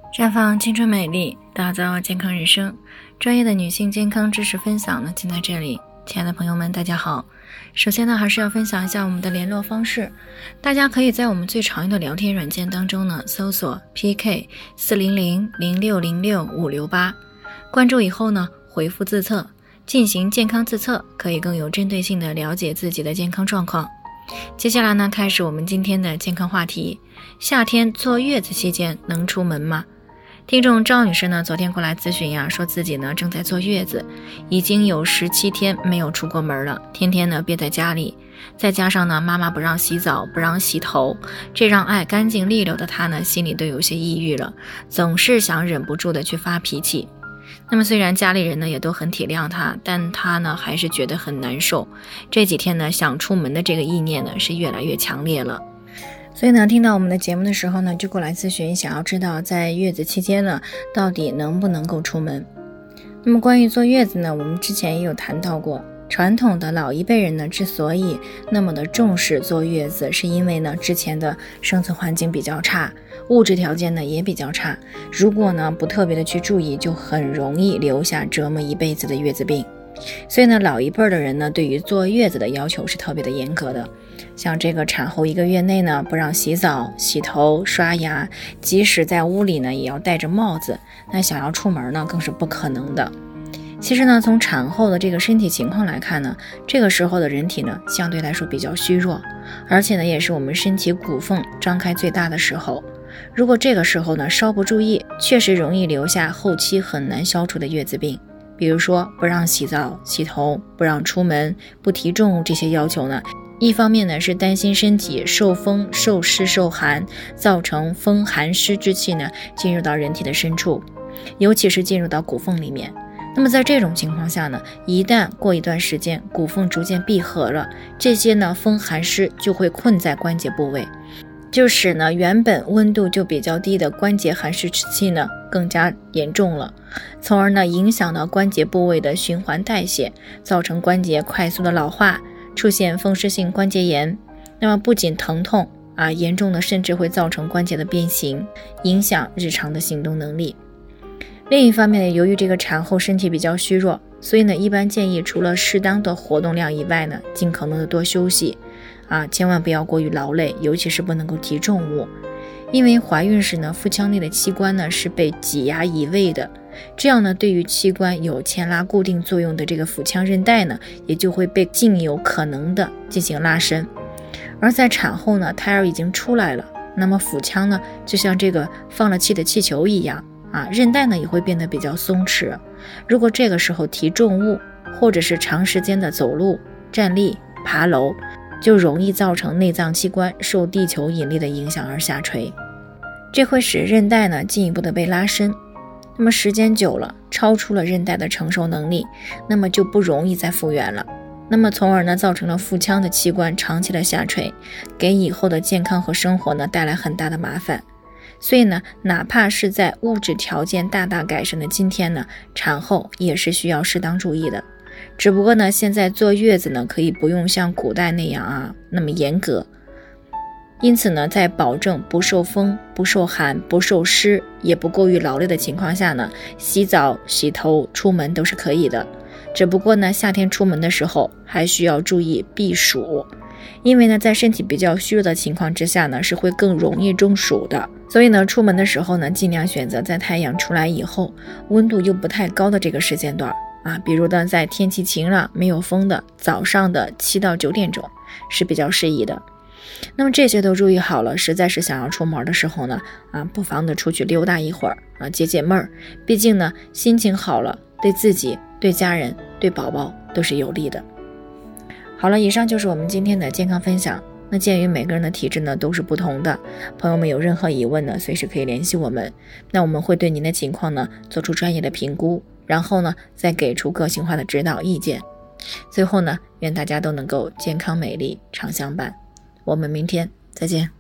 绽放青春美丽，打造健康人生。专业的女性健康知识分享呢，就在这里。亲爱的朋友们，大家好。首先呢，还是要分享一下我们的联络方式。大家可以在我们最常用的聊天软件当中呢，搜索 PK400060568，关注以后呢，回复自测，进行健康自测，可以更有针对性的了解自己的健康状况。接下来呢，开始我们今天的健康话题。夏天坐月子期间能出门吗？听众赵女士呢，昨天过来咨询呀，说自己呢正在坐月子，已经有17天没有出过门了，天天呢憋在家里，再加上呢妈妈不让洗澡，不让洗头，这让爱干净利落的她呢心里都有些抑郁了，总是想忍不住的去发脾气。那么虽然家里人呢也都很体谅她，但她呢还是觉得很难受，这几天呢想出门的这个意念呢是越来越强烈了。所以呢，听到我们的节目的时候呢，就过来咨询，想要知道在月子期间呢，到底能不能够出门。那么关于坐月子呢，我们之前也有谈到过，传统的老一辈人呢，之所以那么的重视坐月子，是因为呢，之前的生存环境比较差，物质条件呢也比较差，如果呢不特别的去注意，就很容易留下折磨一辈子的月子病。所以呢，老一辈的人呢，对于坐月子的要求是特别的严格的。像这个产后1个月内呢，不让洗澡、洗头、刷牙，即使在屋里呢，也要戴着帽子。那想要出门呢，更是不可能的。其实呢，从产后的这个身体情况来看呢，这个时候的人体呢，相对来说比较虚弱，而且呢，也是我们身体骨缝张开最大的时候。如果这个时候呢，稍不注意，确实容易留下后期很难消除的月子病。比如说不让洗澡、洗头，不让出门，不提重物，这些要求呢，一方面呢是担心身体受风、受湿、受寒，造成风寒湿之气呢进入到人体的深处，尤其是进入到骨缝里面。那么在这种情况下呢，一旦过一段时间骨缝逐渐闭合了，这些呢风寒湿就会困在关节部位，就使呢原本温度就比较低的关节寒湿之气呢更加严重了，从而呢影响到关节部位的循环代谢，造成关节快速的老化，出现风湿性关节炎。那么不仅疼痛严重的甚至会造成关节的变形，影响日常的行动能力。另一方面，由于这个产后身体比较虚弱，所以呢一般建议除了适当的活动量以外呢，尽可能的多休息千万不要过于劳累，尤其是不能够提重物。因为怀孕时呢，腹腔内的器官呢是被挤压移位的，这样呢对于器官有牵拉固定作用的这个腹腔韧带呢，也就会被尽有可能的进行拉伸。而在产后呢，胎儿已经出来了，那么腹腔呢就像这个放了气的气球一样韧带呢也会变得比较松弛。如果这个时候提重物，或者是长时间的走路、站立、爬楼，就容易造成内脏器官受地球引力的影响而下垂，这会使韧带呢进一步的被拉伸。那么时间久了，超出了韧带的承受能力，那么就不容易再复原了。那么从而呢造成了腹腔的器官长期的下垂，给以后的健康和生活呢带来很大的麻烦。所以呢，哪怕是在物质条件大大改善的今天呢，产后也是需要适当注意的。只不过呢，现在坐月子呢，可以不用像古代那样那么严格。因此呢，在保证不受风、不受寒、不受湿，也不过于劳累的情况下呢，洗澡、洗头、出门都是可以的。只不过呢，夏天出门的时候还需要注意避暑，因为呢，在身体比较虚弱的情况之下呢，是会更容易中暑的。所以呢，出门的时候呢，尽量选择在太阳出来以后，温度又不太高的这个时间段比如呢，在天气晴朗、没有风的早上的7到9点钟是比较适宜的。那么这些都注意好了，实在是想要出门的时候呢，不妨的出去溜达一会儿解解闷儿。毕竟呢，心情好了，对自己、对家人、对宝宝都是有利的。好了，以上就是我们今天的健康分享。那鉴于每个人的体质呢都是不同的，朋友们有任何疑问呢，随时可以联系我们。那我们会对您的情况呢做出专业的评估，然后呢再给出个性化的指导意见。最后呢，愿大家都能够健康美丽常相伴。我们明天再见。